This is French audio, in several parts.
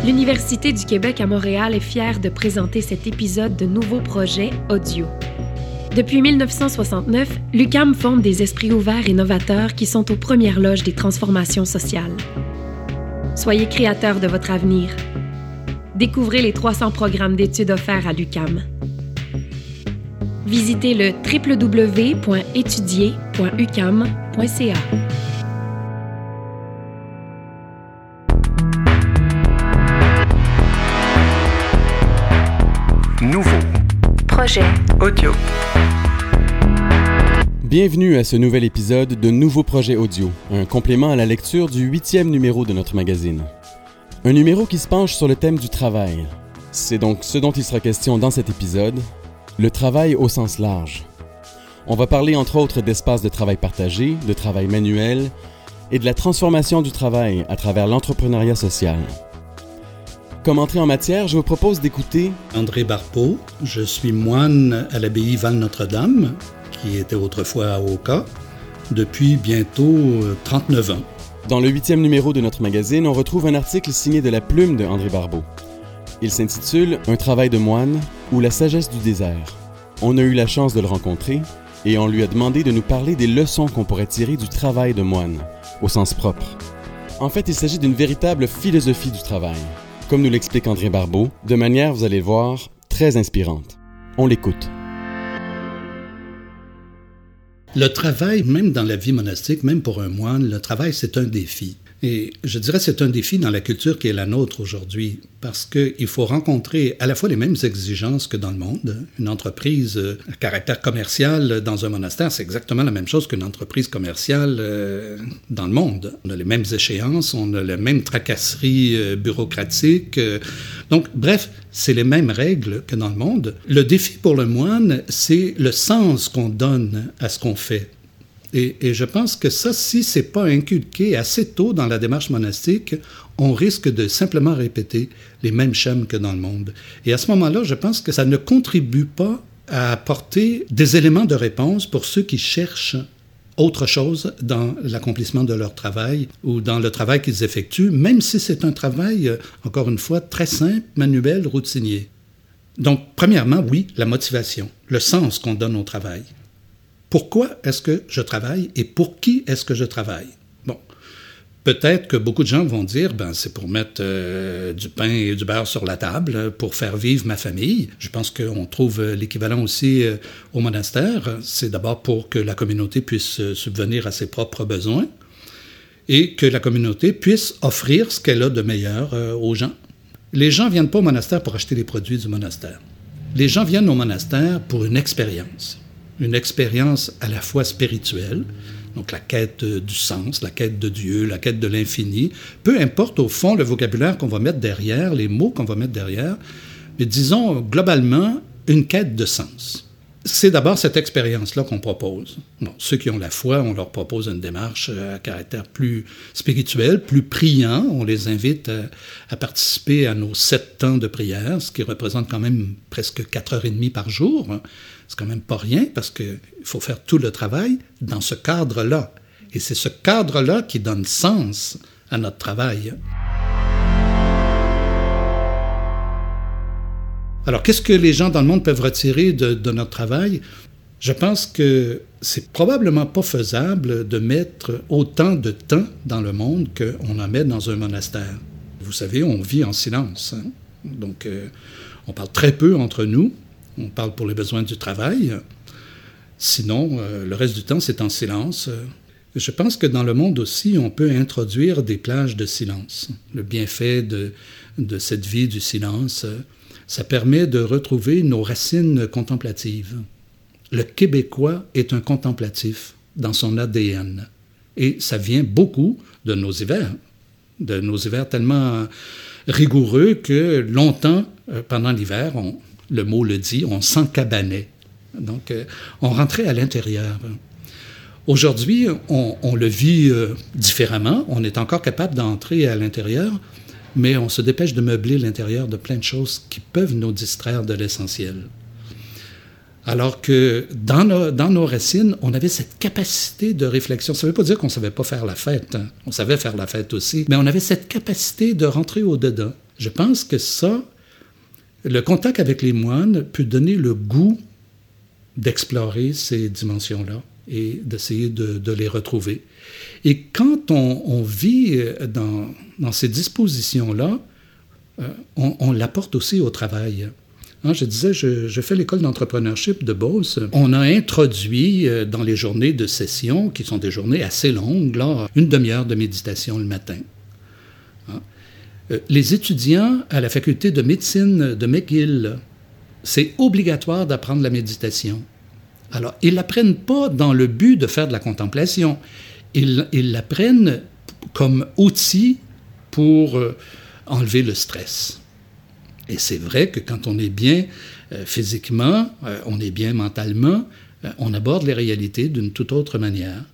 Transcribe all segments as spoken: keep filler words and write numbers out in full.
L'Université du Québec à Montréal est fière de présenter cet épisode de nouveaux projets audio. Depuis mille neuf cent soixante-neuf, l'U Q A M fonde des esprits ouverts et novateurs qui sont aux premières loges des transformations sociales. Soyez créateurs de votre avenir. Découvrez les trois cents programmes d'études offerts à l'U Q A M. Visitez le w w w point étudier point u q a m point c a. Nouveau projet audio. Bienvenue à ce nouvel épisode de Nouveau projet audio, un complément à la lecture du huitième numéro de notre magazine. Un numéro qui se penche sur le thème du travail. C'est donc ce dont il sera question dans cet épisode, le travail au sens large. On va parler entre autres d'espaces de travail partagé, de travail manuel et de la transformation du travail à travers l'entrepreneuriat social. Comme entrée en matière, je vous propose d'écouter André Barbeau. Je suis moine à l'abbaye Val-Notre-Dame, qui était autrefois à Oka, depuis bientôt trente-neuf ans. Dans le huitième numéro de notre magazine, on retrouve un article signé de la plume de André Barbeau. Il s'intitule « Un travail de moine ou la sagesse du désert ». On a eu la chance de le rencontrer et on lui a demandé de nous parler des leçons qu'on pourrait tirer du travail de moine, au sens propre. En fait, il s'agit d'une véritable philosophie du travail. Comme nous l'explique André Barbeau, de manière, vous allez le voir, très inspirante. On l'écoute. Le travail, même dans la vie monastique, même pour un moine, le travail, c'est un défi. Et je dirais que c'est un défi dans la culture qui est la nôtre aujourd'hui, parce qu'il faut rencontrer à la fois les mêmes exigences que dans le monde. Une entreprise à caractère commercial dans un monastère, c'est exactement la même chose qu'une entreprise commerciale euh, dans le monde. On a les mêmes échéances, on a les mêmes tracasseries euh, bureaucratiques. Euh, donc, bref, c'est les mêmes règles que dans le monde. Le défi pour le moine, c'est le sens qu'on donne à ce qu'on fait. Et, et je pense que ça, si c'est pas inculqué assez tôt dans la démarche monastique, on risque de simplement répéter les mêmes schèmes que dans le monde. Et à ce moment-là, je pense que ça ne contribue pas à apporter des éléments de réponse pour ceux qui cherchent autre chose dans l'accomplissement de leur travail ou dans le travail qu'ils effectuent, même si c'est un travail, encore une fois, très simple, manuel, routinier. Donc, premièrement, oui, la motivation, le sens qu'on donne au travail. Pourquoi est-ce que je travaille et pour qui est-ce que je travaille? Bon, peut-être que beaucoup de gens vont dire, ben c'est pour mettre euh, du pain et du beurre sur la table, pour faire vivre ma famille. Je pense qu'on trouve l'équivalent aussi euh, au monastère. C'est d'abord pour que la communauté puisse euh, subvenir à ses propres besoins et que la communauté puisse offrir ce qu'elle a de meilleur euh, aux gens. Les gens ne viennent pas au monastère pour acheter les produits du monastère. Les gens viennent au monastère pour une expérience. Une expérience à la fois spirituelle, donc la quête du sens, la quête de Dieu, la quête de l'infini, peu importe au fond le vocabulaire qu'on va mettre derrière, les mots qu'on va mettre derrière, mais disons globalement une quête de sens. C'est d'abord cette expérience-là qu'on propose. Bon, ceux qui ont la foi, on leur propose une démarche à caractère plus spirituel, plus priant. On les invite à, à participer à nos sept temps de prière, ce qui représente quand même presque quatre heures et demie par jour. C'est quand même pas rien parce qu'il faut faire tout le travail dans ce cadre-là. Et c'est ce cadre-là qui donne sens à notre travail. Alors, qu'est-ce que les gens dans le monde peuvent retirer de, de notre travail? Je pense que c'est probablement pas faisable de mettre autant de temps dans le monde qu'on en met dans un monastère. Vous savez, on vit en silence. Hein? Donc, euh, on parle très peu entre nous. On parle pour les besoins du travail. Sinon, euh, le reste du temps, c'est en silence. Je pense que dans le monde aussi, on peut introduire des plages de silence. Le bienfait de, de cette vie du silence, ça permet de retrouver nos racines contemplatives. Le Québécois est un contemplatif dans son A D N. Et ça vient beaucoup de nos hivers, de nos hivers tellement rigoureux que longtemps, pendant l'hiver, on, le mot le dit, on s'encabanait. Donc, on rentrait à l'intérieur. Aujourd'hui, on, on le vit euh, différemment. On est encore capable d'entrer à l'intérieur, mais on se dépêche de meubler l'intérieur de plein de choses qui peuvent nous distraire de l'essentiel. Alors que dans nos, dans nos racines, on avait cette capacité de réflexion. Ça ne veut pas dire qu'on ne savait pas faire la fête. Hein. On savait faire la fête aussi, mais on avait cette capacité de rentrer au-dedans. Je pense que ça, le contact avec les moines peut donner le goût d'explorer ces dimensions-là et d'essayer de, de les retrouver. Et quand on, on vit dans, dans ces dispositions-là, euh, on, on l'apporte aussi au travail. Hein, je disais, je, je fais l'école d'entrepreneurship de Beauce. On a introduit euh, dans les journées de session, qui sont des journées assez longues, là, une demi-heure de méditation le matin. Hein? Euh, les étudiants à la faculté de médecine de McGill, c'est obligatoire d'apprendre la méditation. Alors, ils ne l'apprennent pas dans le but de faire de la contemplation. Ils, ils l'apprennent comme outil pour euh, enlever le stress. Et c'est vrai que quand on est bien euh, physiquement, euh, on est bien mentalement, euh, on aborde les réalités d'une toute autre manière.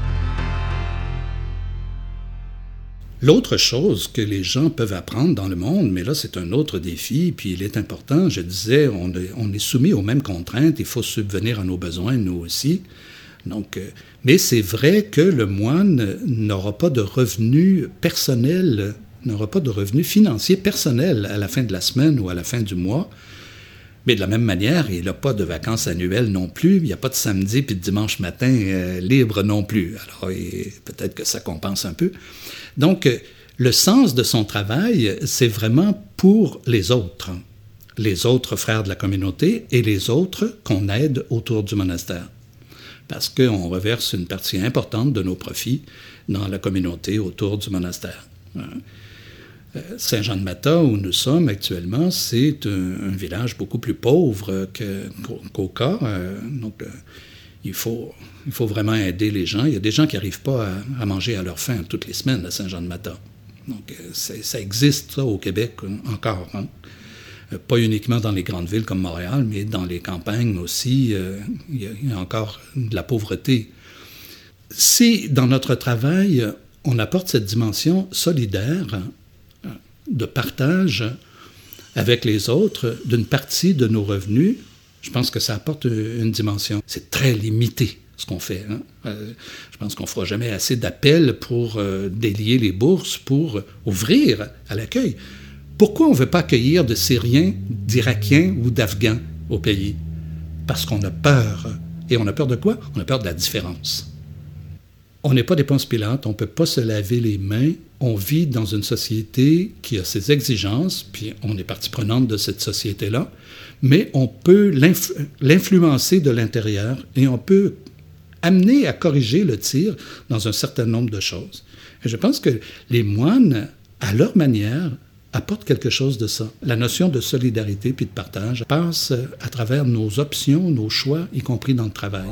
L'autre chose que les gens peuvent apprendre dans le monde, mais là c'est un autre défi, puis il est important, je disais, on est, on est soumis aux mêmes contraintes, il faut subvenir à nos besoins, nous aussi. Donc, euh, mais c'est vrai que le moine n'aura pas de revenus personnels, n'aura pas de revenus financiers personnels à la fin de la semaine ou à la fin du mois. Mais de la même manière, il n'a pas de vacances annuelles non plus, il n'y a pas de samedi puis de dimanche matin euh, libre non plus. Alors, et peut-être que ça compense un peu. Donc, euh, le sens de son travail, c'est vraiment pour les autres, les autres frères de la communauté et les autres qu'on aide autour du monastère. Parce qu'on reverse une partie importante de nos profits dans la communauté autour du monastère. Saint-Jean-de-Mata, où nous sommes actuellement, c'est un, un village beaucoup plus pauvre que, qu'Oka. Euh, donc, euh, il faut, il faut vraiment aider les gens. Il y a des gens qui n'arrivent pas à, à manger à leur faim toutes les semaines à Saint-Jean-de-Mata. Donc, euh, c'est, ça existe, ça, au Québec, encore. Hein? Euh, pas uniquement dans les grandes villes comme Montréal, mais dans les campagnes aussi, euh, il y a, il y a encore de la pauvreté. Si, dans notre travail, on apporte cette dimension solidaire, de partage avec les autres d'une partie de nos revenus, je pense que ça apporte une dimension. C'est très limité, ce qu'on fait. Hein? Euh, je pense qu'on ne fera jamais assez d'appels pour euh, délier les bourses, pour ouvrir à l'accueil. Pourquoi on ne veut pas accueillir de Syriens, d'Irakiens ou d'Afghans au pays? Parce qu'on a peur. Et on a peur de quoi? On a peur de la différence. On n'est pas des Ponce Pilate, on ne peut pas se laver les mains. On vit dans une société qui a ses exigences, puis on est partie prenante de cette société-là, mais on peut l'influ- l'influencer de l'intérieur et on peut amener à corriger le tir dans un certain nombre de choses. Et je pense que les moines, à leur manière, apportent quelque chose de ça. La notion de solidarité puis de partage passe à travers nos options, nos choix, y compris dans le travail.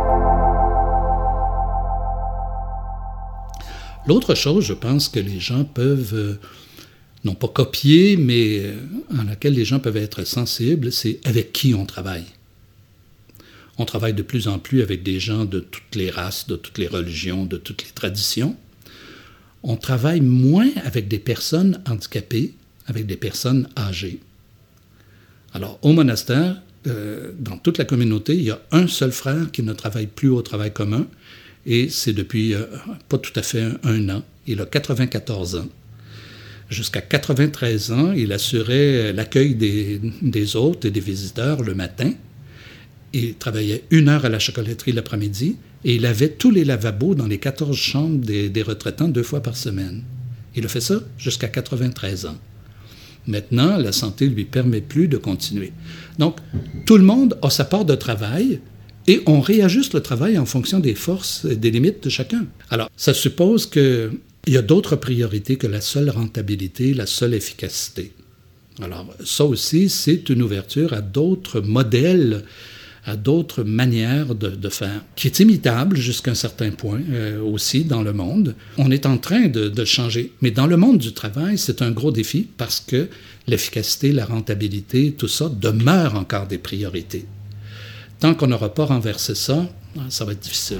L'autre chose, je pense, que les gens peuvent, euh, non pas copier, mais euh, à laquelle les gens peuvent être sensibles, c'est avec qui on travaille. On travaille de plus en plus avec des gens de toutes les races, de toutes les religions, de toutes les traditions. On travaille moins avec des personnes handicapées, avec des personnes âgées. Alors, au monastère, euh, dans toute la communauté, il y a un seul frère qui ne travaille plus au travail commun, et c'est depuis euh, pas tout à fait un, un an. Il a quatre-vingt-quatorze ans. Jusqu'à quatre-vingt-treize ans, il assurait l'accueil des, des hôtes et des visiteurs le matin. Il travaillait une heure à la chocolaterie l'après-midi et il avait tous les lavabos dans les quatorze chambres des, des retraitants deux fois par semaine. Il a fait ça jusqu'à quatre-vingt-treize ans. Maintenant, la santé ne lui permet plus de continuer. Donc, tout le monde a sa part de travail. Et on réajuste le travail en fonction des forces et des limites de chacun. Alors, ça suppose qu'il y a d'autres priorités que la seule rentabilité, la seule efficacité. Alors, ça aussi, c'est une ouverture à d'autres modèles, à d'autres manières de, de faire, qui est imitable jusqu'à un certain point euh, aussi dans le monde. On est en train de, de changer. Mais dans le monde du travail, c'est un gros défi parce que l'efficacité, la rentabilité, tout ça demeure encore des priorités. Tant qu'on n'aura pas renversé ça, ça va être difficile.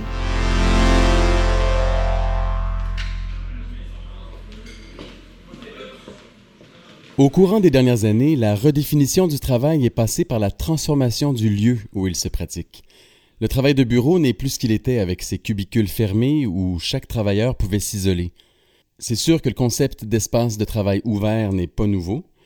Au courant des dernières années, la redéfinition du travail est passée par la transformation du lieu où il se pratique. Le travail de bureau n'est plus ce qu'il était avec ses cubicules fermés où chaque travailleur pouvait s'isoler. C'est sûr que le concept d'espace de travail ouvert n'est pas nouveau,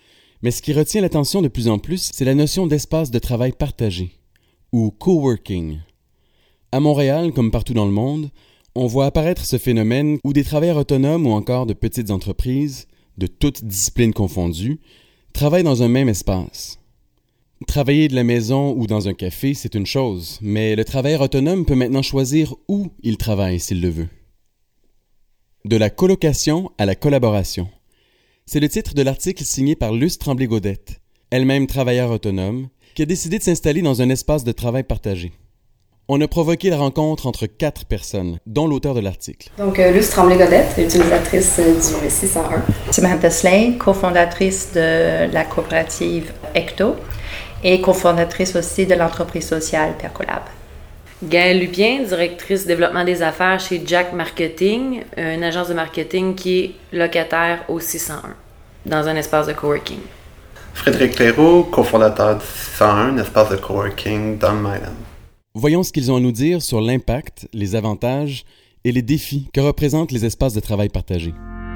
Mais ce qui retient l'attention de plus en plus, c'est la notion d'espace de travail partagé, ou coworking. À Montréal, comme partout dans le monde, on voit apparaître ce phénomène où des travailleurs autonomes ou encore de petites entreprises, de toutes disciplines confondues, travaillent dans un même espace. Travailler de la maison ou dans un café, c'est une chose, mais le travailleur autonome peut maintenant choisir où il travaille s'il le veut. De la colocation à la collaboration. C'est le titre de l'article signé par Luce Tremblay-Gaudette, elle-même travailleur autonome, qui a décidé de s'installer dans un espace de travail partagé. On a provoqué la rencontre entre quatre personnes, dont l'auteur de l'article. Donc, euh, Luce Tremblay-Gaudette, utilisatrice euh, du six cent un. Samantha Slane, cofondatrice de la coopérative Ecto et cofondatrice aussi de l'entreprise sociale Percolab. Gaëlle Lupien, directrice développement des affaires chez Jack Marketing, une agence de marketing qui est locataire au six cent un, dans un espace de coworking. Frédéric Leroux, cofondateur du six cent un, un espace de coworking dans le Myland. Voyons ce qu'ils ont à nous dire sur l'impact, les avantages et les défis que représentent les espaces de travail partagés.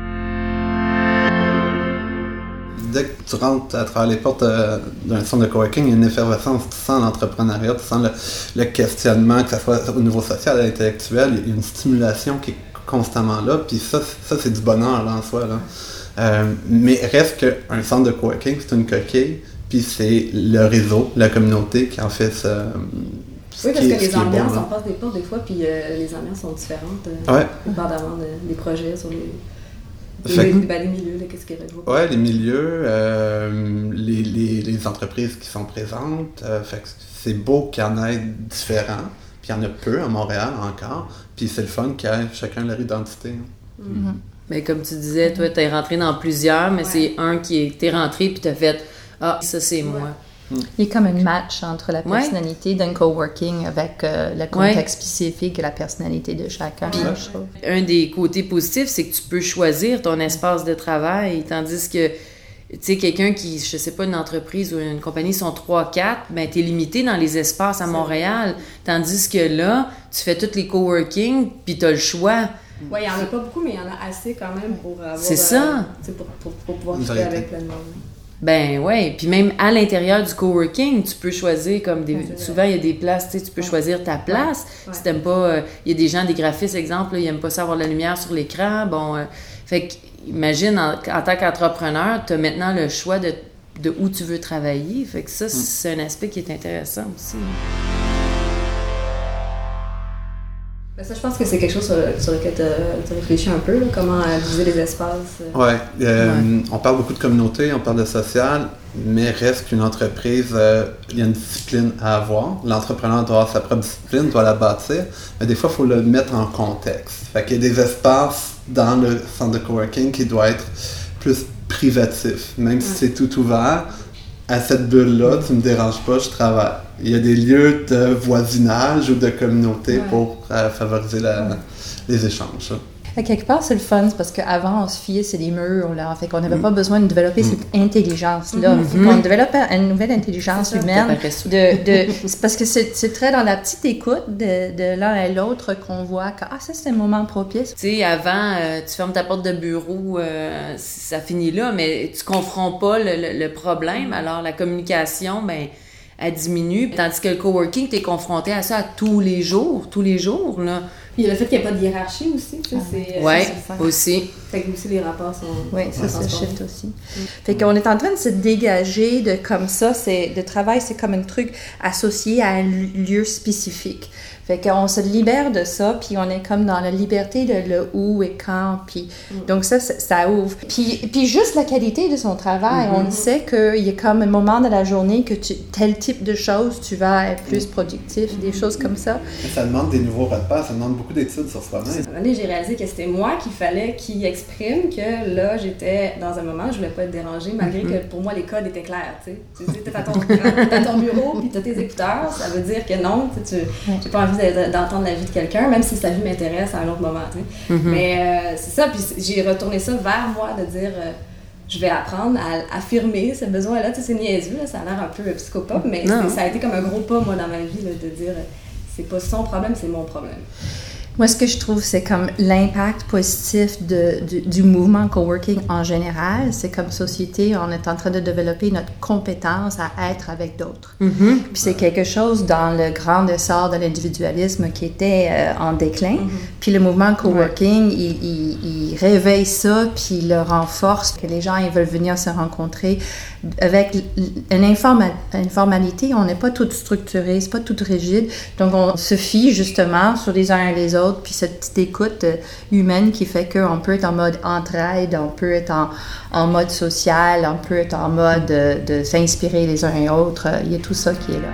Dès que tu rentres à travers les portes euh, d'un centre de coworking, il y a une effervescence, tu sens l'entrepreneuriat, tu sens le, le questionnement, que ce soit au niveau social et intellectuel, il y a une stimulation qui est constamment là, puis ça, ça c'est du bonheur là, en soi. Là. Euh, mais reste qu'un centre de coworking, c'est une coquille, puis c'est le réseau, la communauté qui en fait ça. Oui, parce que les ambiances, on passe des portes des fois, puis euh, les ambiances sont différentes, euh, ouais. dépendamment de, des projets sur les... Les, fait, ben, les milieux, là, qu'est-ce qu'il y a de ouais, les milieux, euh, les, les, les entreprises qui sont présentes. Euh, fait que c'est beau qu'il y en ait différents, puis il y en a peu à Montréal encore, puis c'est le fun qu'il y ait chacun leur identité. Mm-hmm. Mais comme tu disais, toi, t'es rentré dans plusieurs, mais ouais. c'est un qui est, t'es rentré, puis t'as fait « Ah, ça, c'est ouais. moi ». Il y a comme un match entre la personnalité ouais. d'un coworking avec euh, le contexte ouais. spécifique et la personnalité de chacun. Ouais. Un des côtés positifs, c'est que tu peux choisir ton espace de travail, tandis que, tu sais, quelqu'un qui, je sais pas, une entreprise ou une compagnie sont trois quatre, ben t'es limité dans les espaces à Montréal, tandis que là, tu fais tous les coworking, puis t'as le choix. Oui, il n'y en a pas beaucoup, mais il y en a assez quand même pour avoir... C'est ça! Euh, pour, pour, pour pouvoir jouer avec le monde. Ben ouais, puis même à l'intérieur du coworking, tu peux choisir comme des... Souvent, il y a des places, tu sais, tu peux ouais. choisir ta place. Ouais. Si t'aimes pas... Il euh, y a des gens, des graphistes, exemple, là, ils n'aiment pas ça avoir la lumière sur l'écran. Bon, euh, fait qu'imagine, en, en tant qu'entrepreneur, tu as maintenant le choix de, de où tu veux travailler. Fait que ça, mm. c'est un aspect qui est intéressant aussi. Ça, je pense que c'est quelque chose sur, sur lequel tu as réfléchi un peu, là, comment diviser les espaces. Oui, euh, ouais. On parle beaucoup de communauté, on parle de social, mais reste qu'une entreprise, euh, il y a une discipline à avoir. L'entrepreneur doit avoir sa propre discipline, doit la bâtir, mais des fois, il faut le mettre en contexte. Fait qu'il y a des espaces dans le centre de coworking qui doivent être plus privatifs, même ouais. si c'est tout ouvert. À cette bulle-là, tu ne me déranges pas, je travaille. Il y a des lieux de voisinage ou de communauté ouais. pour euh, favoriser la, ouais. les échanges. À quelque part, c'est le fun, parce qu'avant, on se fiait sur des murs, là. Fait qu'on n'avait mm. pas besoin de développer mm. cette intelligence-là. Mm-hmm. On développait une nouvelle intelligence humaine. De, de, c'est parce que c'est, c'est très dans la petite écoute de, de l'un et l'autre qu'on voit que ah, ça, c'est un moment propice. Tu sais, avant, euh, tu fermes ta porte de bureau, euh, ça finit là, mais tu confrontes pas le, le, le problème. Alors, la communication, ben elle diminue. Tandis que le coworking, tu es confronté à ça à tous les jours, tous les jours, là. Puis le fait qu'il n'y ait pas de hiérarchie aussi, tu sais, c'est... Oui, c'est aussi. Fait que aussi les rapports sont... Oui, ça, ça shift aussi. Mm. Fait qu'on est en train de se dégager de comme ça, c'est, de travail, c'est comme un truc associé à un lieu spécifique. Fait qu'on se libère de ça, puis on est comme dans la liberté de le où et quand, puis mm. donc ça, ça, ça ouvre. Puis, puis juste la qualité de son travail, mm-hmm. on sait qu'il y a comme un moment de la journée que tu, tel type de choses, tu vas être plus productif, mm-hmm. des choses comme ça. Ça demande des nouveaux repas, ça demande beaucoup d'études sur soi-même. À un moment donné, j'ai réalisé que c'était moi qu'il fallait qu'il exprime que là, j'étais dans un moment, je voulais pas être dérangée, malgré mm-hmm. que pour moi, les codes étaient clairs, tu sais. Tu sais, t'es à ton, t'es à ton bureau, puis t'as tes écouteurs, ça veut dire que non, tu sais, tu, j'ai pas envie d'entendre la vie de quelqu'un, même si sa vie m'intéresse à un autre moment, tu sais. Mm-hmm. Mais euh, c'est ça, puis j'ai retourné ça vers moi, de dire, euh, je vais apprendre à affirmer ce besoin-là, tu sais, c'est niaiseux, là, ça a l'air un peu psychopop, mais ça a été comme un gros pas, moi, dans ma vie, là, de dire, c'est pas son problème, c'est mon problème. Moi, ce que je trouve, c'est comme l'impact positif de, de, du mouvement coworking en général. C'est comme société, on est en train de développer notre compétence à être avec d'autres. Mm-hmm. Puis c'est quelque chose dans le grand essor de l'individualisme qui était euh, en déclin. Mm-hmm. Puis le mouvement coworking, ouais. il, il, il réveille ça, puis il le renforce, que les gens ils veulent venir se rencontrer avec une informa- informalité. On n'est pas tout structuré, c'est pas tout rigide. Donc on se fie justement sur les uns et les autres. Puis cette petite écoute euh, humaine qui fait qu'on peut être en mode entraide, on peut être en, en mode social, on peut être en mode euh, de s'inspirer les uns et autres. Il y a tout ça qui est là.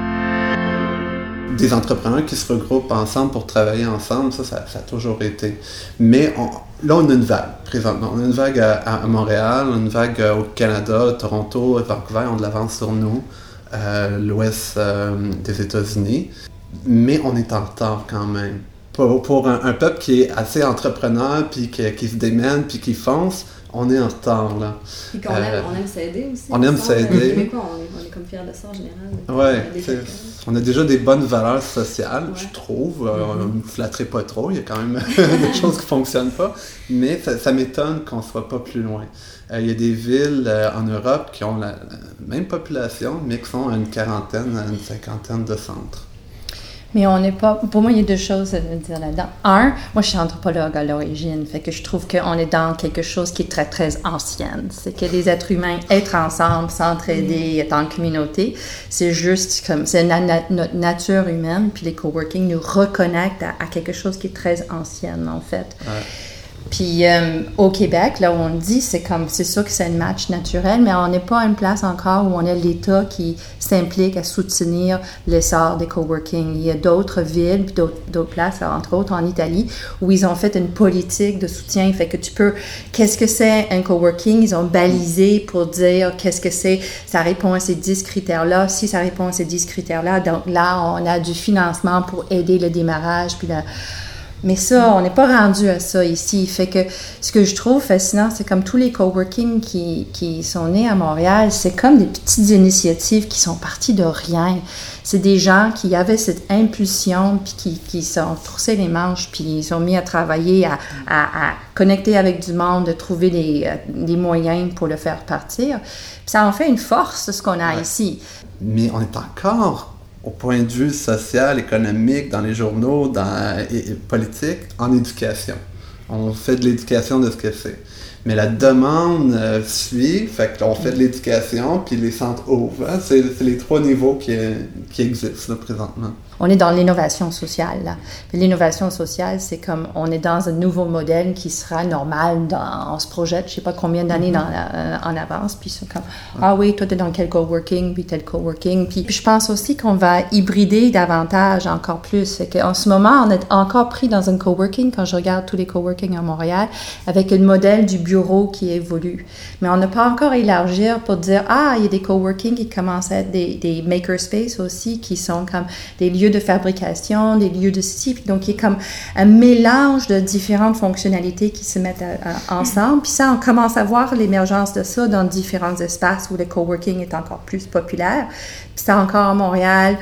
Des entrepreneurs qui se regroupent ensemble pour travailler ensemble, ça, ça, ça a toujours été. Mais on, là, on a une vague présentement. On a une vague à, à Montréal, une vague au Canada, Toronto, Vancouver, on de l'avance sur nous, euh, l'ouest euh, des États-Unis. Mais on est en retard quand même. Pour, pour un, un peuple qui est assez entrepreneur, puis qui, qui se démène, puis qui fonce, on est en retard, là. Puis qu'on euh, aime, on aime s'aider aussi. On aime s'aider. Mais quoi, on est, on est comme fiers de ça en général. Oui, on a déjà des bonnes valeurs sociales, ouais. je trouve. Euh, mm-hmm. On ne flatterait pas trop, il y a quand même des choses qui ne fonctionnent pas. Mais ça, ça m'étonne qu'on ne soit pas plus loin. Euh, il y a des villes euh, en Europe qui ont la, la même population, mais qui sont à une quarantaine, à une cinquantaine de centres. Mais on n'est pas... Pour moi, il y a deux choses à dire là-dedans. Un, moi, je suis anthropologue à l'origine, fait que je trouve qu'on est dans quelque chose qui est très, très ancienne. C'est que les êtres humains, être ensemble, s'entraider, être en communauté, c'est juste comme... C'est na- na- notre nature humaine, puis les coworking nous reconnectent à, à quelque chose qui est très ancienne, en fait. Ouais. Puis euh, au Québec, là où on le dit, c'est comme, c'est sûr que c'est un match naturel, mais on n'est pas à une place encore où on a l'État qui s'implique à soutenir l'essor des coworking. Il y a d'autres villes, puis d'autres, d'autres places, entre autres en Italie, où ils ont fait une politique de soutien. Fait que tu peux, qu'est-ce que c'est un coworking? Ils ont balisé pour dire qu'est-ce que c'est. Ça répond à ces dix critères-là. Si ça répond à ces dix critères-là, donc là, on a du financement pour aider le démarrage, puis la... Mais ça, on n'est pas rendu à ça ici. Fait que ce que je trouve fascinant, c'est comme tous les coworking qui, qui sont nés à Montréal, c'est comme des petites initiatives qui sont parties de rien. C'est des gens qui avaient cette impulsion, puis qui, qui se sont troussés les manches, puis ils sont mis à travailler, à, à, à connecter avec du monde, de trouver des, des moyens pour le faire partir. Puis ça en fait une force, ce qu'on a ouais. ici. Mais on est encore... au point de vue social, économique, dans les journaux, dans et, et politique, en éducation. On fait de l'éducation de ce que c'est. Mais la demande euh, suit, fait qu'on fait de l'éducation, puis les centres ouvrent. Hein? C'est, c'est les trois niveaux qui, qui existent là, présentement. On est dans l'innovation sociale, là. Puis l'innovation sociale, c'est comme, on est dans un nouveau modèle qui sera normal, dans, on se projette, je sais pas combien d'années mm-hmm. dans la, euh, en avance, puis c'est comme, ah oui, toi t'es dans quel coworking, puis tel coworking, puis je pense aussi qu'on va hybrider davantage, encore plus, fait qu'en ce moment, on est encore pris dans un coworking, quand je regarde tous les coworking à Montréal, avec un modèle du bureau qui évolue. Mais on n'a pas encore élargir pour dire, ah, il y a des coworking qui commencent à être des, des makerspace aussi, qui sont comme des lieux de fabrication, des lieux de site. Donc, il y a comme un mélange de différentes fonctionnalités qui se mettent à, à, ensemble. Puis ça, on commence à voir l'émergence de ça dans différents espaces où le coworking est encore plus populaire. Puis ça, encore à Montréal,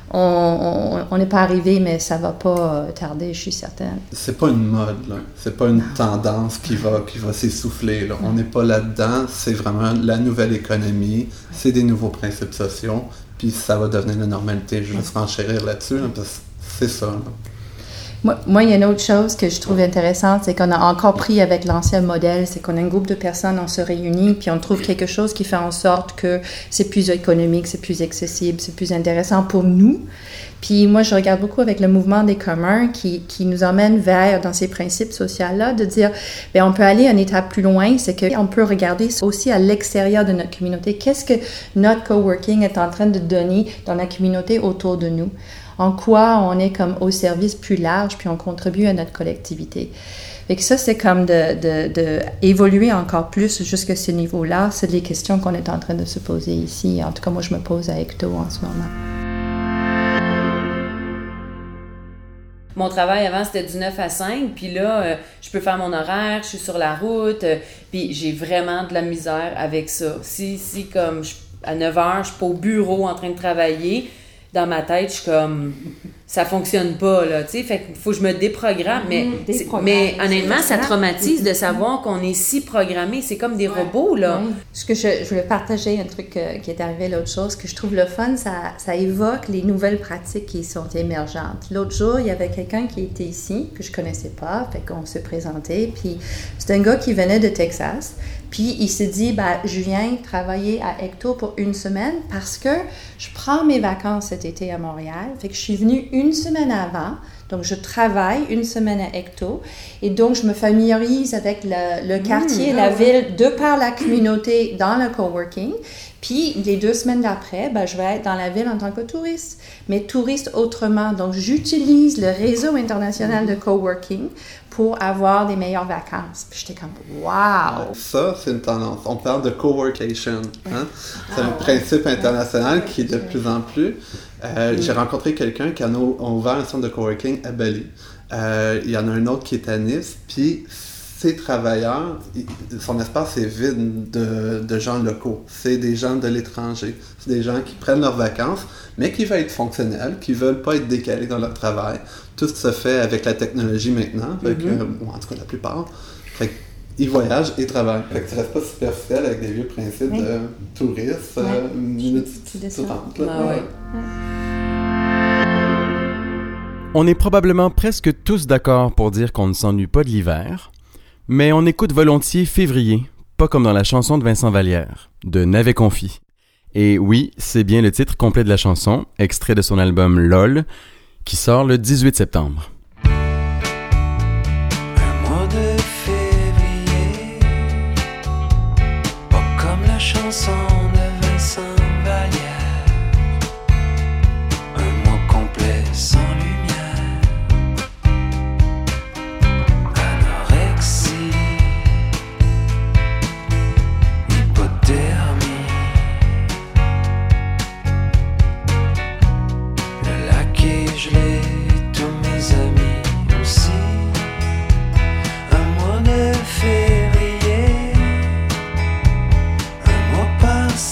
on n'est pas arrivé, mais ça va pas tarder, je suis certaine. C'est pas une mode, là. C'est pas une non. tendance qui va, qui va s'essouffler, là. On n'est pas là-dedans. C'est vraiment la nouvelle économie. C'est des nouveaux principes sociaux. Puis ça va devenir la normalité. Je vais se renchérir là-dessus, là, parce que c'est ça, là. Moi, moi, il y a une autre chose que je trouve intéressante, c'est qu'on a encore pris avec l'ancien modèle, c'est qu'on a un groupe de personnes, on se réunit, puis on trouve quelque chose qui fait en sorte que c'est plus économique, c'est plus accessible, c'est plus intéressant pour nous. Puis moi, je regarde beaucoup avec le mouvement des communs qui, qui nous emmène vers, dans ces principes sociaux-là, de dire, bien, on peut aller une étape plus loin, c'est qu'on peut regarder aussi à l'extérieur de notre communauté. Qu'est-ce que notre coworking est en train de donner dans la communauté autour de nous? En quoi on est comme au service plus large, puis on contribue à notre collectivité. Fait que ça, c'est comme de, de, de évoluer encore plus jusqu'à ce niveau-là. C'est les questions qu'on est en train de se poser ici. En tout cas, moi, je me pose à Ecto en ce moment. Mon travail avant, c'était du neuf à cinq, puis là, euh, je peux faire mon horaire, je suis sur la route, euh, puis j'ai vraiment de la misère avec ça. Si, si comme je, à neuf heures, je suis pas au bureau en train de travailler, dans ma tête, je suis comme... Ça fonctionne pas, là, tu sais. Fait qu'il faut que je me déprogramme. Mais, mmh, mais honnêtement, ça traumatise de savoir qu'on est si programmé. C'est comme des ouais. robots, là. Oui. Ce que je, je voulais partager, un truc euh, qui est arrivé l'autre chose, que je trouve le fun, ça, ça évoque les nouvelles pratiques qui sont émergentes. L'autre jour, il y avait quelqu'un qui était ici, que je connaissais pas, fait qu'on se présentait, puis c'est un gars qui venait de Texas. Puis il s'est dit, ben, je viens travailler à Ecto pour une semaine parce que je prends mes vacances cet été à Montréal. Fait que je suis venue une semaine avant. Donc, je travaille une semaine à Ecto. Et donc, je me familiarise avec le, le quartier, mmh, la oh. ville, de par la communauté dans le coworking. Puis, les deux semaines d'après, ben, je vais être dans la ville en tant que touriste. Mais touriste autrement. Donc, j'utilise le réseau international de coworking pour avoir des meilleures vacances. Puis j'étais comme, wow! Ça, c'est une tendance. On parle de coworkation. Hein? C'est un principe international qui est de plus en plus. Euh, j'ai rencontré quelqu'un qui a ouvert un centre de coworking à Bali. Euh, il y en a un autre qui est à Nice. Puis ces travailleurs, son espace est vide de, de gens locaux. C'est des gens de l'étranger. C'est des gens qui prennent leurs vacances, mais qui veulent être fonctionnels, qui ne veulent pas être décalés dans leur travail. Tout se fait avec la technologie maintenant, fait que, mm-hmm. euh, en tout cas la plupart. Fait qu'ils voyagent et travaillent. Fait que ça ne reste pas superficiel avec des vieux principes oui. de tourisme, ouais. euh, multi-tourante. Ah, ouais. On est probablement presque tous d'accord pour dire qu'on ne s'ennuie pas de l'hiver, mais on écoute volontiers Février, pas comme dans la chanson de Vincent Vallière, de Navet Confi. Et oui, c'est bien le titre complet de la chanson, extrait de son album LOL, qui sort le dix-huit septembre. Un mois de février, pas comme la chanson de Vincent Vallière. Un mois complet sans lumière, anorexie, hypothermie. Le lac est gelé, tous mes amis aussi. Un mois de février, un mois par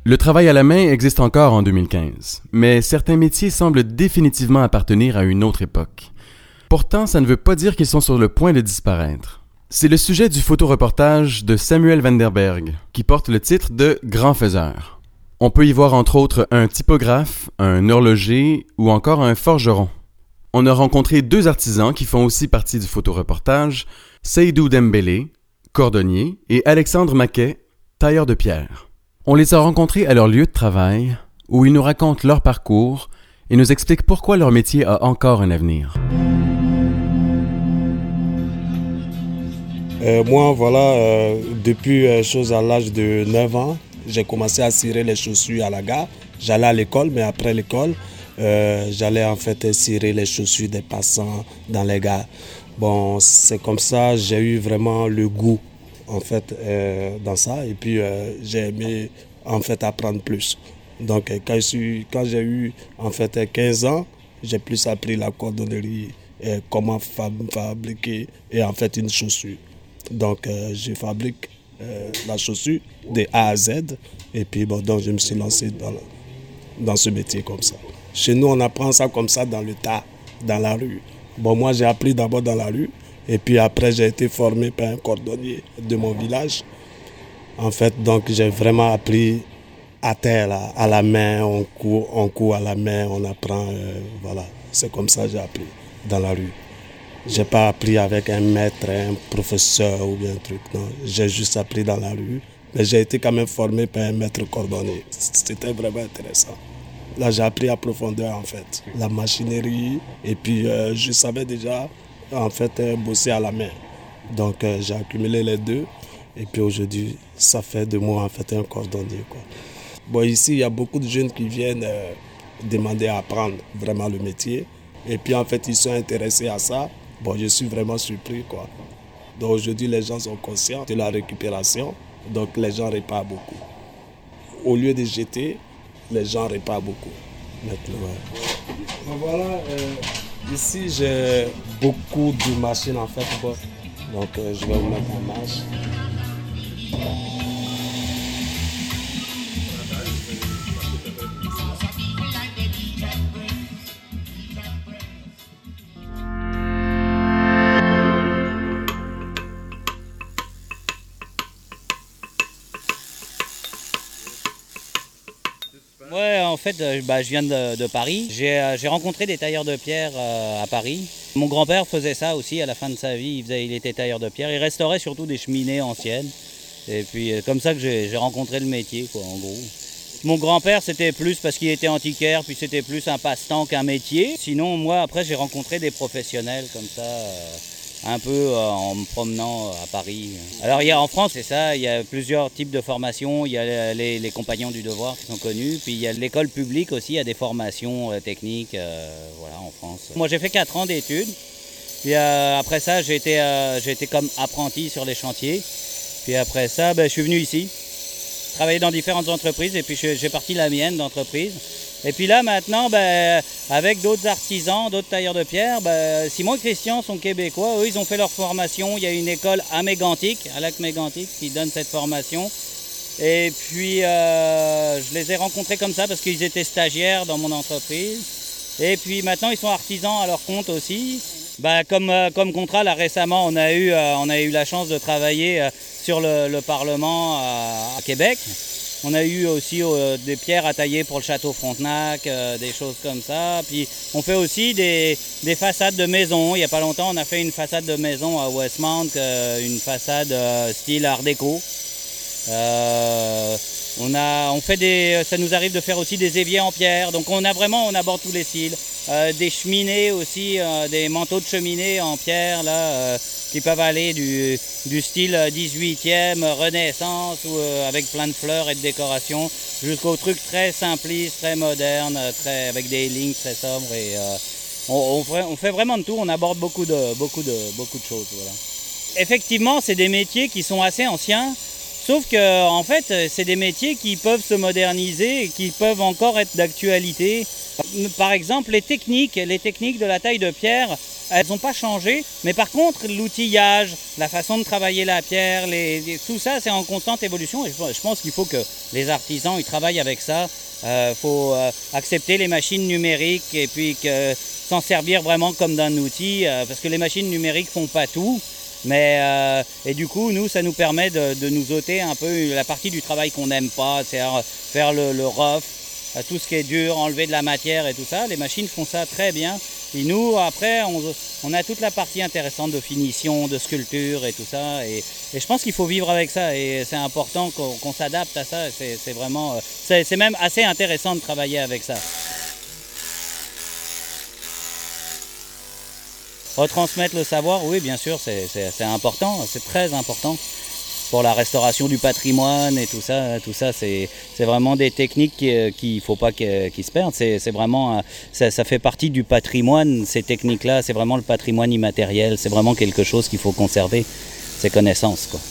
Le travail à la main existe encore en deux mille quinze, mais certains métiers semblent définitivement appartenir à une autre époque. Pourtant, ça ne veut pas dire qu'ils sont sur le point de disparaître. C'est le sujet du photoreportage de Samuel Vanderberg, qui porte le titre de « Grand faiseur ». On peut y voir entre autres un typographe, un horloger ou encore un forgeron. On a rencontré deux artisans qui font aussi partie du photoreportage, Seydou Dembélé, cordonnier, et Alexandre Maquet, tailleur de pierre. On les a rencontrés à leur lieu de travail, où ils nous racontent leur parcours et nous expliquent pourquoi leur métier a encore un avenir. Euh, moi, voilà, euh, depuis euh, chose à l'âge de neuf ans, j'ai commencé à cirer les chaussures à la gare. J'allais à l'école, mais après l'école, euh, j'allais en fait cirer les chaussures des passants dans les gares. Bon, c'est comme ça, j'ai eu vraiment le goût en fait euh, dans ça, et puis euh, j'ai aimé en fait apprendre plus. Donc quand, je suis, quand j'ai eu en fait quinze ans, j'ai plus appris la cordonnerie et comment fab- fabriquer et en fait une chaussure. Donc euh, je fabrique euh, la chaussure de A à Z, et puis bon, donc je me suis lancé dans, dans ce métier comme ça. Chez nous on apprend ça comme ça dans le tas, dans la rue. Bon, moi j'ai appris d'abord dans la rue. Et puis après, j'ai été formé par un cordonnier de mon village. En fait, donc j'ai vraiment appris à terre, là, à la main, on court, on court à la main, on apprend, euh, voilà. C'est comme ça que j'ai appris, dans la rue. Je n'ai pas appris avec un maître, un professeur ou bien un truc, non. J'ai juste appris dans la rue. Mais j'ai été quand même formé par un maître cordonnier. C'était vraiment intéressant. Là, j'ai appris à profondeur, en fait, la machinerie. Et puis, euh, je savais déjà en fait euh, bosser à la main. Donc euh, j'ai accumulé les deux, et puis aujourd'hui ça fait de moi en fait un cordonnier, quoi. Bon, ici il y a beaucoup de jeunes qui viennent euh, demander à apprendre vraiment le métier, et puis en fait ils sont intéressés à ça. Bon, je suis vraiment surpris, quoi. Donc aujourd'hui les gens sont conscients de la récupération, donc les gens réparent beaucoup. Au lieu de jeter, les gens réparent beaucoup. Maintenant, ouais. Bon, voilà, euh... ici, j'ai beaucoup de machines en fait. Bon. Donc, euh, je vais vous mettre en marche. Ouais, en fait, euh, bah, je viens de, de Paris. J'ai, euh, j'ai rencontré des tailleurs de pierre euh, à Paris. Mon grand-père faisait ça aussi à la fin de sa vie. Il, faisait, il était tailleur de pierre. Il restaurait surtout des cheminées anciennes. Et puis, euh, comme ça que j'ai, j'ai rencontré le métier, quoi, en gros. Mon grand-père, c'était plus parce qu'il était antiquaire, puis c'était plus un passe-temps qu'un métier. Sinon, moi, après, j'ai rencontré des professionnels comme ça, euh, un peu euh, en me promenant à Paris. Alors, il y a en France, c'est ça, il y a plusieurs types de formations. Il y a les, les compagnons du devoir qui sont connus, puis il y a l'école publique aussi, il y a des formations euh, techniques, euh, voilà, en France. Moi, j'ai fait quatre ans d'études. Puis euh, après ça, j'ai été, euh, j'ai été comme apprenti sur les chantiers. Puis après ça, ben, je suis venu ici, travailler dans différentes entreprises, et puis j'ai parti la mienne d'entreprise. Et puis là, maintenant, ben, avec d'autres artisans, d'autres tailleurs de pierre, ben, Simon et Christian sont québécois. Eux, ils ont fait leur formation. Il y a une école à Mégantic, à Lac-Mégantic, qui donne cette formation. Et puis, euh, je les ai rencontrés comme ça parce qu'ils étaient stagiaires dans mon entreprise. Et puis maintenant, ils sont artisans à leur compte aussi. Ben, comme, euh, comme contrat, là, récemment, on a eu, euh, on a eu la chance de travailler euh, sur le, le Parlement à, à Québec. On a eu aussi euh, des pierres à tailler pour le château Frontenac, euh, des choses comme ça. Puis on fait aussi des, des façades de maison. Il n'y a pas longtemps, on a fait une façade de maison à Westmount, euh, une façade euh, style art déco. Euh, on a, on fait des, ça nous arrive de faire aussi des éviers en pierre. Donc on a vraiment, on aborde tous les styles. Euh, des cheminées aussi, euh, des manteaux de cheminée en pierre là, euh, qui peuvent aller du, du style dix-huitième, Renaissance, ou, euh, avec plein de fleurs et de décorations, jusqu'au truc très simpliste, très moderne, très, avec des lignes très sobres. Et, euh, on, on, on fait vraiment de tout, on aborde beaucoup de, beaucoup de, beaucoup de choses. Voilà. Effectivement, c'est des métiers qui sont assez anciens, sauf que en fait, c'est des métiers qui peuvent se moderniser et qui peuvent encore être d'actualité. Par exemple, les techniques, les techniques de la taille de pierre, elles n'ont pas changé, mais par contre, l'outillage, la façon de travailler la pierre, les, les, tout ça, c'est en constante évolution. Et je, je pense qu'il faut que les artisans ils travaillent avec ça. Il euh, faut euh, accepter les machines numériques et puis que, s'en servir vraiment comme d'un outil, euh, parce que les machines numériques font pas tout. Mais euh, et du coup, nous, ça nous permet de, de nous ôter un peu la partie du travail qu'on n'aime pas, c'est-à-dire faire le, le rough, tout ce qui est dur, enlever de la matière et tout ça. Les machines font ça très bien. Et nous, après, on, on a toute la partie intéressante de finition, de sculpture et tout ça. Et, et je pense qu'il faut vivre avec ça. Et c'est important qu'on, qu'on s'adapte à ça. C'est, c'est vraiment, c'est, c'est même assez intéressant de travailler avec ça. Retransmettre le savoir, oui, bien sûr, c'est, c'est, c'est important. C'est très important. Pour la restauration du patrimoine et tout ça, tout ça, c'est, c'est vraiment des techniques qu'il qui ne faut pas qu'ils qui se perdent. C'est, c'est vraiment, ça, ça fait partie du patrimoine, ces techniques-là. C'est vraiment le patrimoine immatériel. C'est vraiment quelque chose qu'il faut conserver, ces connaissances, quoi.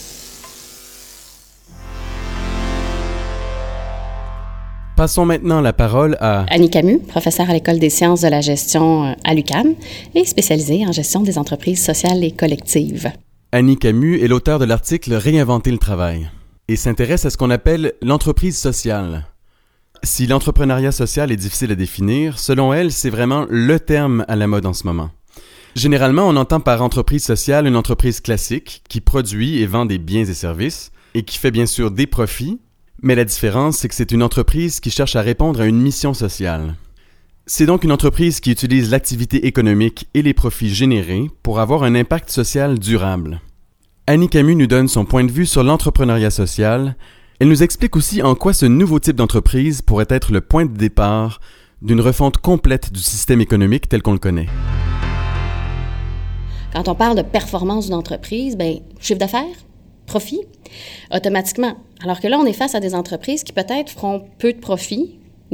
Passons maintenant la parole à Annie Camus, professeure à l'École des sciences de la gestion à l'U Q A M et spécialisée en gestion des entreprises sociales et collectives. Annie Camus est l'auteure de l'article « Réinventer le travail » et s'intéresse à ce qu'on appelle l'entreprise sociale. Si l'entrepreneuriat social est difficile à définir, selon elle, c'est vraiment le terme à la mode en ce moment. Généralement, on entend par entreprise sociale une entreprise classique qui produit et vend des biens et services et qui fait bien sûr des profits, mais la différence, c'est que c'est une entreprise qui cherche à répondre à une mission sociale. C'est donc une entreprise qui utilise l'activité économique et les profits générés pour avoir un impact social durable. Annie Camus nous donne son point de vue sur l'entrepreneuriat social. Elle nous explique aussi en quoi ce nouveau type d'entreprise pourrait être le point de départ d'une refonte complète du système économique tel qu'on le connaît. Quand on parle de performance d'une entreprise, bien, chiffre d'affaires, profit, automatiquement. Alors que là, on est face à des entreprises qui peut-être feront peu de profit,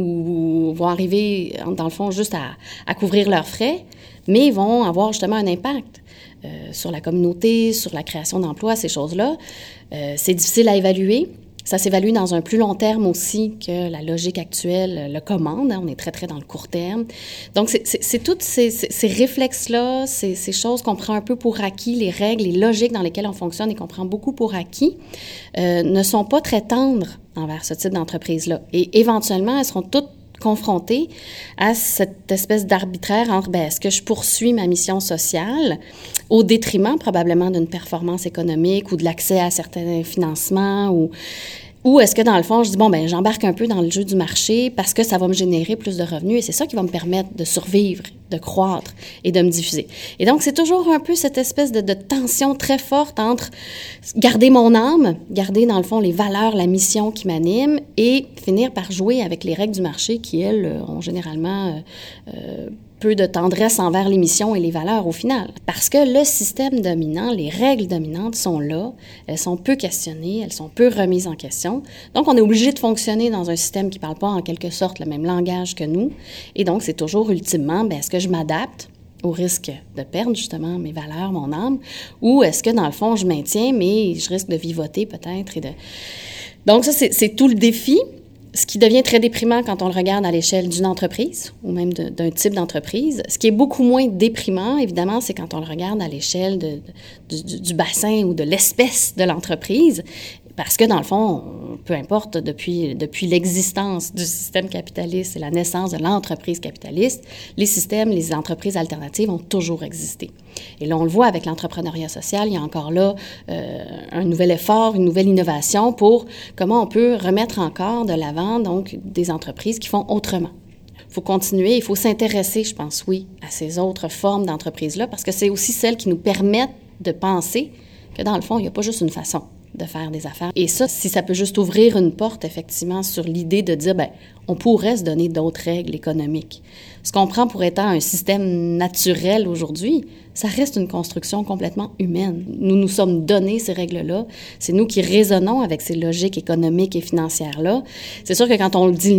ou vont arriver, dans le fond, juste à, à couvrir leurs frais, mais vont avoir justement un impact euh, sur la communauté, sur la création d'emplois, ces choses-là. Euh, c'est difficile à évaluer. Ça s'évalue dans un plus long terme aussi que la logique actuelle le commande. Hein, on est très, très dans le court terme. Donc, c'est, c'est, c'est tous ces, ces, ces réflexes-là, ces, ces choses qu'on prend un peu pour acquis, les règles, les logiques dans lesquelles on fonctionne et qu'on prend beaucoup pour acquis, euh, ne sont pas très tendres envers ce type d'entreprise-là. Et éventuellement, elles seront toutes confrontées à cette espèce d'arbitraire entre, bien, est-ce que je poursuis ma mission sociale au détriment probablement d'une performance économique ou de l'accès à certains financements ou... Ou est-ce que, dans le fond, je dis, bon, ben j'embarque un peu dans le jeu du marché parce que ça va me générer plus de revenus et c'est ça qui va me permettre de survivre, de croître et de me diffuser. Et donc, c'est toujours un peu cette espèce de, de tension très forte entre garder mon âme, garder, dans le fond, les valeurs, la mission qui m'anime et finir par jouer avec les règles du marché qui, elles, ont généralement euh, euh, peu de tendresse envers les missions et les valeurs au final. Parce que le système dominant, les règles dominantes sont là, elles sont peu questionnées, elles sont peu remises en question. Donc, on est obligé de fonctionner dans un système qui ne parle pas en quelque sorte le même langage que nous. Et donc, c'est toujours ultimement, bien, est-ce que je m'adapte au risque de perdre justement mes valeurs, mon âme, ou est-ce que dans le fond, je maintiens, mais je risque de vivoter peut-être. Et de... Donc, ça, c'est, c'est tout le défi. Ce qui devient très déprimant quand on le regarde à l'échelle d'une entreprise ou même de, d'un type d'entreprise. Ce qui est beaucoup moins déprimant, évidemment, c'est quand on le regarde à l'échelle de, de, du, du bassin ou de l'espèce de l'entreprise. Parce que, dans le fond, peu importe, depuis, depuis l'existence du système capitaliste et la naissance de l'entreprise capitaliste, les systèmes, les entreprises alternatives ont toujours existé. Et là, on le voit avec l'entrepreneuriat social, il y a encore là euh, un nouvel effort, une nouvelle innovation pour comment on peut remettre encore de l'avant, donc, des entreprises qui font autrement. Il faut continuer, il faut s'intéresser, je pense, oui, à ces autres formes d'entreprises-là, parce que c'est aussi celles qui nous permettent de penser que, dans le fond, il n'y a pas juste une façon de faire des affaires. Et ça, si ça peut juste ouvrir une porte, effectivement, sur l'idée de dire, bien, on pourrait se donner d'autres règles économiques. Ce qu'on prend pour étant un système naturel aujourd'hui, ça reste une construction complètement humaine. Nous nous sommes donnés ces règles-là. C'est nous qui raisonnons avec ces logiques économiques et financières-là. C'est sûr que quand on le dit « nous »,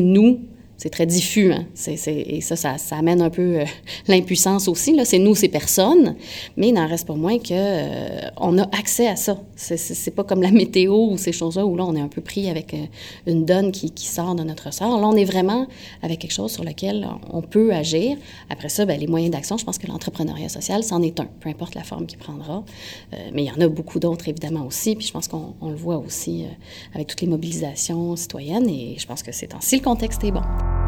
C'est très diffus, hein? c'est, c'est, et ça, ça, ça amène un peu euh, l'impuissance aussi. Là. C'est nous, c'est personne, mais il n'en reste pas moins qu'on euh, a accès à ça. C'est, c'est, c'est pas comme la météo ou ces choses-là où là, on est un peu pris avec euh, une donne qui, qui sort de notre sort. Là, on est vraiment avec quelque chose sur lequel on peut agir. Après ça, bien, les moyens d'action, je pense que l'entrepreneuriat social, c'en est un, peu importe la forme qu'il prendra. Euh, mais il y en a beaucoup d'autres, évidemment, aussi. Puis je pense qu'on on le voit aussi euh, avec toutes les mobilisations citoyennes et je pense que c'est ainsi le contexte est bon.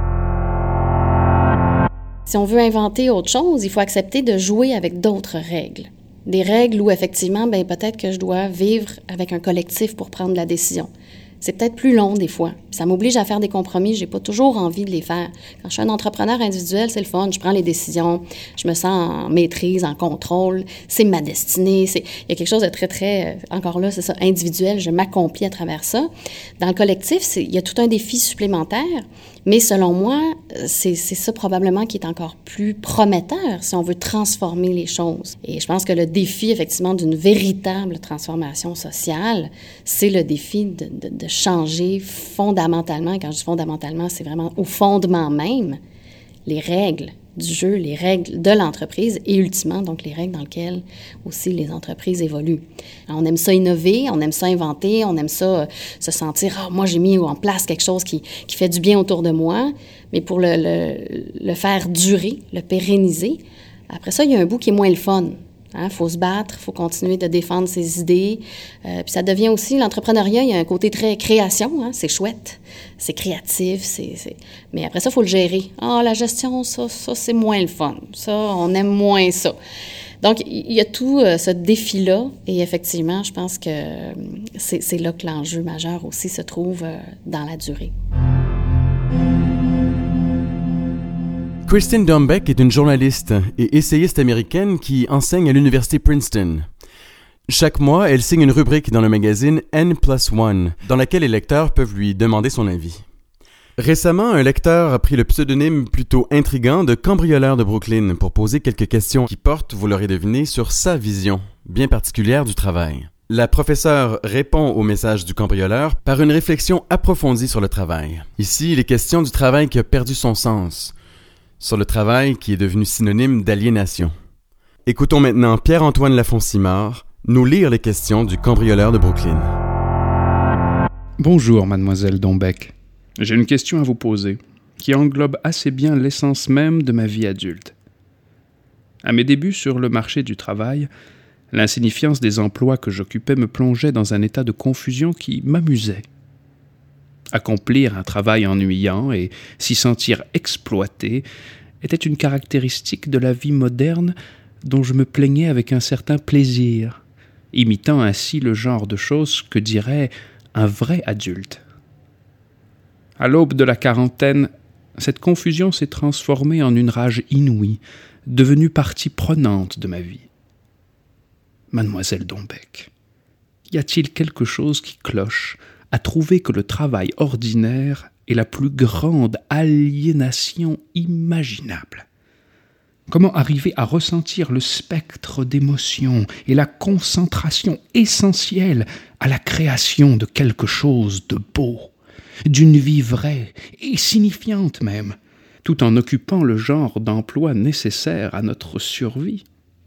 Si on veut inventer autre chose, il faut accepter de jouer avec d'autres règles. Des règles où, effectivement, bien, peut-être que je dois vivre avec un collectif pour prendre la décision. C'est peut-être plus long des fois. Ça m'oblige à faire des compromis. J'ai pas toujours envie de les faire. Quand je suis un entrepreneur individuel, c'est le fun. Je prends les décisions. Je me sens en maîtrise, en contrôle. C'est ma destinée. C'est... Il y a quelque chose de très, très... Encore là, c'est ça, individuel. Je m'accomplis à travers ça. Dans le collectif, c'est... il y a tout un défi supplémentaire. Mais selon moi, c'est, c'est ça probablement qui est encore plus prometteur si on veut transformer les choses. Et je pense que le défi, effectivement, d'une véritable transformation sociale, c'est le défi de, de, de changer fondamentalement, et quand je dis fondamentalement, c'est vraiment au fondement même, les règles du jeu, les règles de l'entreprise et ultimement, donc, les règles dans lesquelles aussi les entreprises évoluent. Alors, on aime ça innover, on aime ça inventer, on aime ça euh, se sentir « Ah, moi, j'ai mis en place quelque chose qui, qui fait du bien autour de moi », mais pour le, le, le faire durer, le pérenniser, après ça, il y a un bout qui est moins le fun. Il hein, faut se battre, il faut continuer de défendre ses idées. Euh, puis ça devient aussi, l'entrepreneuriat, il y a un côté très création, hein, c'est chouette, c'est créatif, c'est, c'est... mais après ça, il faut le gérer. Ah, la gestion, ça, ça, c'est moins le fun. Ça, on aime moins ça. Donc, il y a tout euh, ce défi-là, et effectivement, je pense que euh, c'est, c'est là que l'enjeu majeur aussi se trouve euh, dans la durée. Kristen Dombeck est une journaliste et essayiste américaine qui enseigne à l'université Princeton. Chaque mois, elle signe une rubrique dans le magazine N plus un, dans laquelle les lecteurs peuvent lui demander son avis. Récemment, un lecteur a pris le pseudonyme plutôt intriguant de cambrioleur de Brooklyn pour poser quelques questions qui portent, vous l'aurez deviné, sur sa vision, bien particulière du travail. La professeure répond au message du cambrioleur par une réflexion approfondie sur le travail. Ici, il est question du travail qui a perdu son sens, sur le travail qui est devenu synonyme d'aliénation. Écoutons maintenant Pierre-Antoine Lafont-Simard nous lire les questions du cambrioleur de Brooklyn. Bonjour, mademoiselle Dombeck. J'ai une question à vous poser, qui englobe assez bien l'essence même de ma vie adulte. À mes débuts sur le marché du travail, l'insignifiance des emplois que j'occupais me plongeait dans un état de confusion qui m'amusait. Accomplir un travail ennuyant et s'y sentir exploité était une caractéristique de la vie moderne dont je me plaignais avec un certain plaisir, imitant ainsi le genre de choses que dirait un vrai adulte. À l'aube de la quarantaine, cette confusion s'est transformée en une rage inouïe, devenue partie prenante de ma vie. Mademoiselle Dombeck, y a-t-il quelque chose qui cloche à trouver que le travail ordinaire est la plus grande aliénation imaginable? Comment arriver à ressentir le spectre d'émotions et la concentration essentielle à la création de quelque chose de beau, d'une vie vraie et signifiante même, tout en occupant le genre d'emploi nécessaire à notre survie?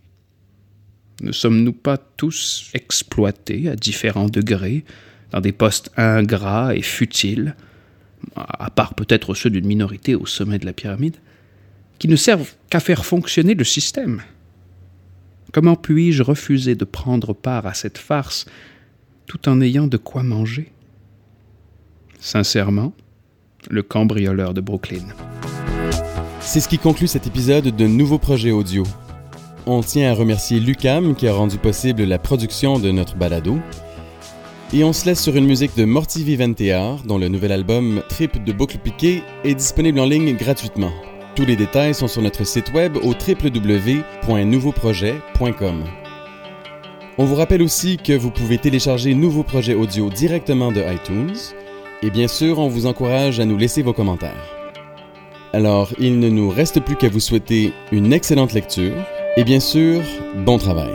Ne sommes-nous pas tous exploités à différents degrés, dans des postes ingrats et futiles, à part peut-être ceux d'une minorité au sommet de la pyramide, qui ne servent qu'à faire fonctionner le système? Comment puis-je refuser de prendre part à cette farce tout en ayant de quoi manger? Sincèrement, le cambrioleur de Brooklyn. C'est ce qui conclut cet épisode de Nouveau Projet Audio. On tient à remercier l'U Q A M qui a rendu possible la production de notre balado. Et on se laisse sur une musique de Morty Viventear, dont le nouvel album Trip de boucle piquée est disponible en ligne gratuitement. Tous les détails sont sur notre site web au w w w point nouveau projet point com. On vous rappelle aussi que vous pouvez télécharger Nouveau Projet Audio directement de iTunes. Et bien sûr, on vous encourage à nous laisser vos commentaires. Alors, il ne nous reste plus qu'à vous souhaiter une excellente lecture et bien sûr, bon travail.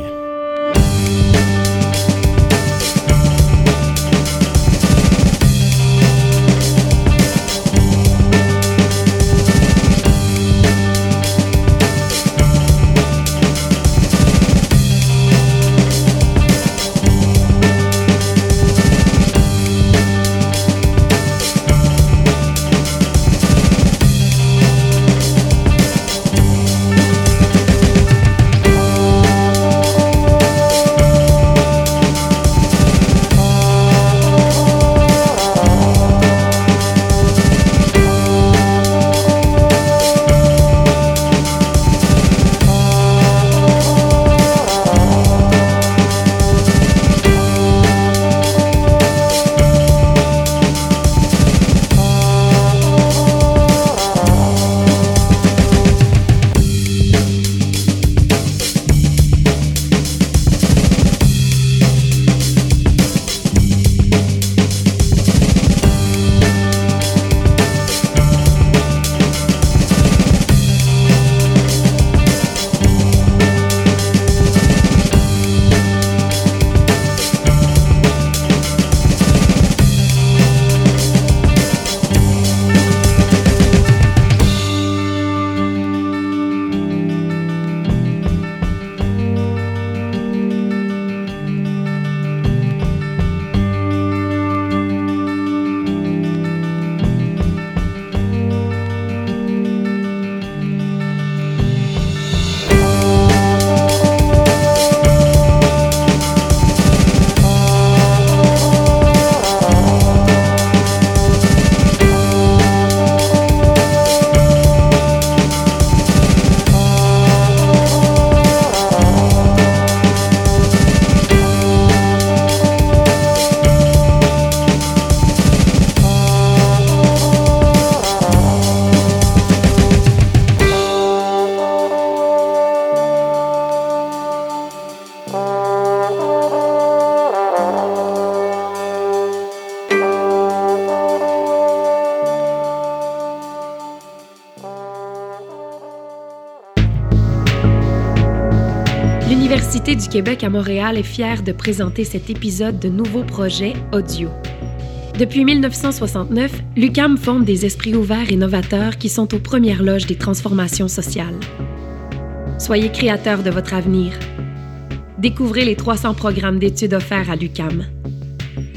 L'Université du Québec à Montréal est fière de présenter cet épisode de nouveau projet audio. Depuis mille neuf cent soixante-neuf, l'U Q A M fonde des esprits ouverts et novateurs qui sont aux premières loges des transformations sociales. Soyez créateurs de votre avenir. Découvrez les trois cents programmes d'études offerts à l'U Q A M.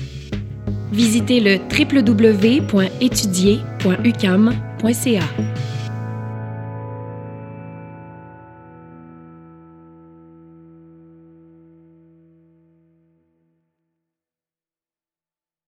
Visitez le w w w point étudier point u q a m point c a.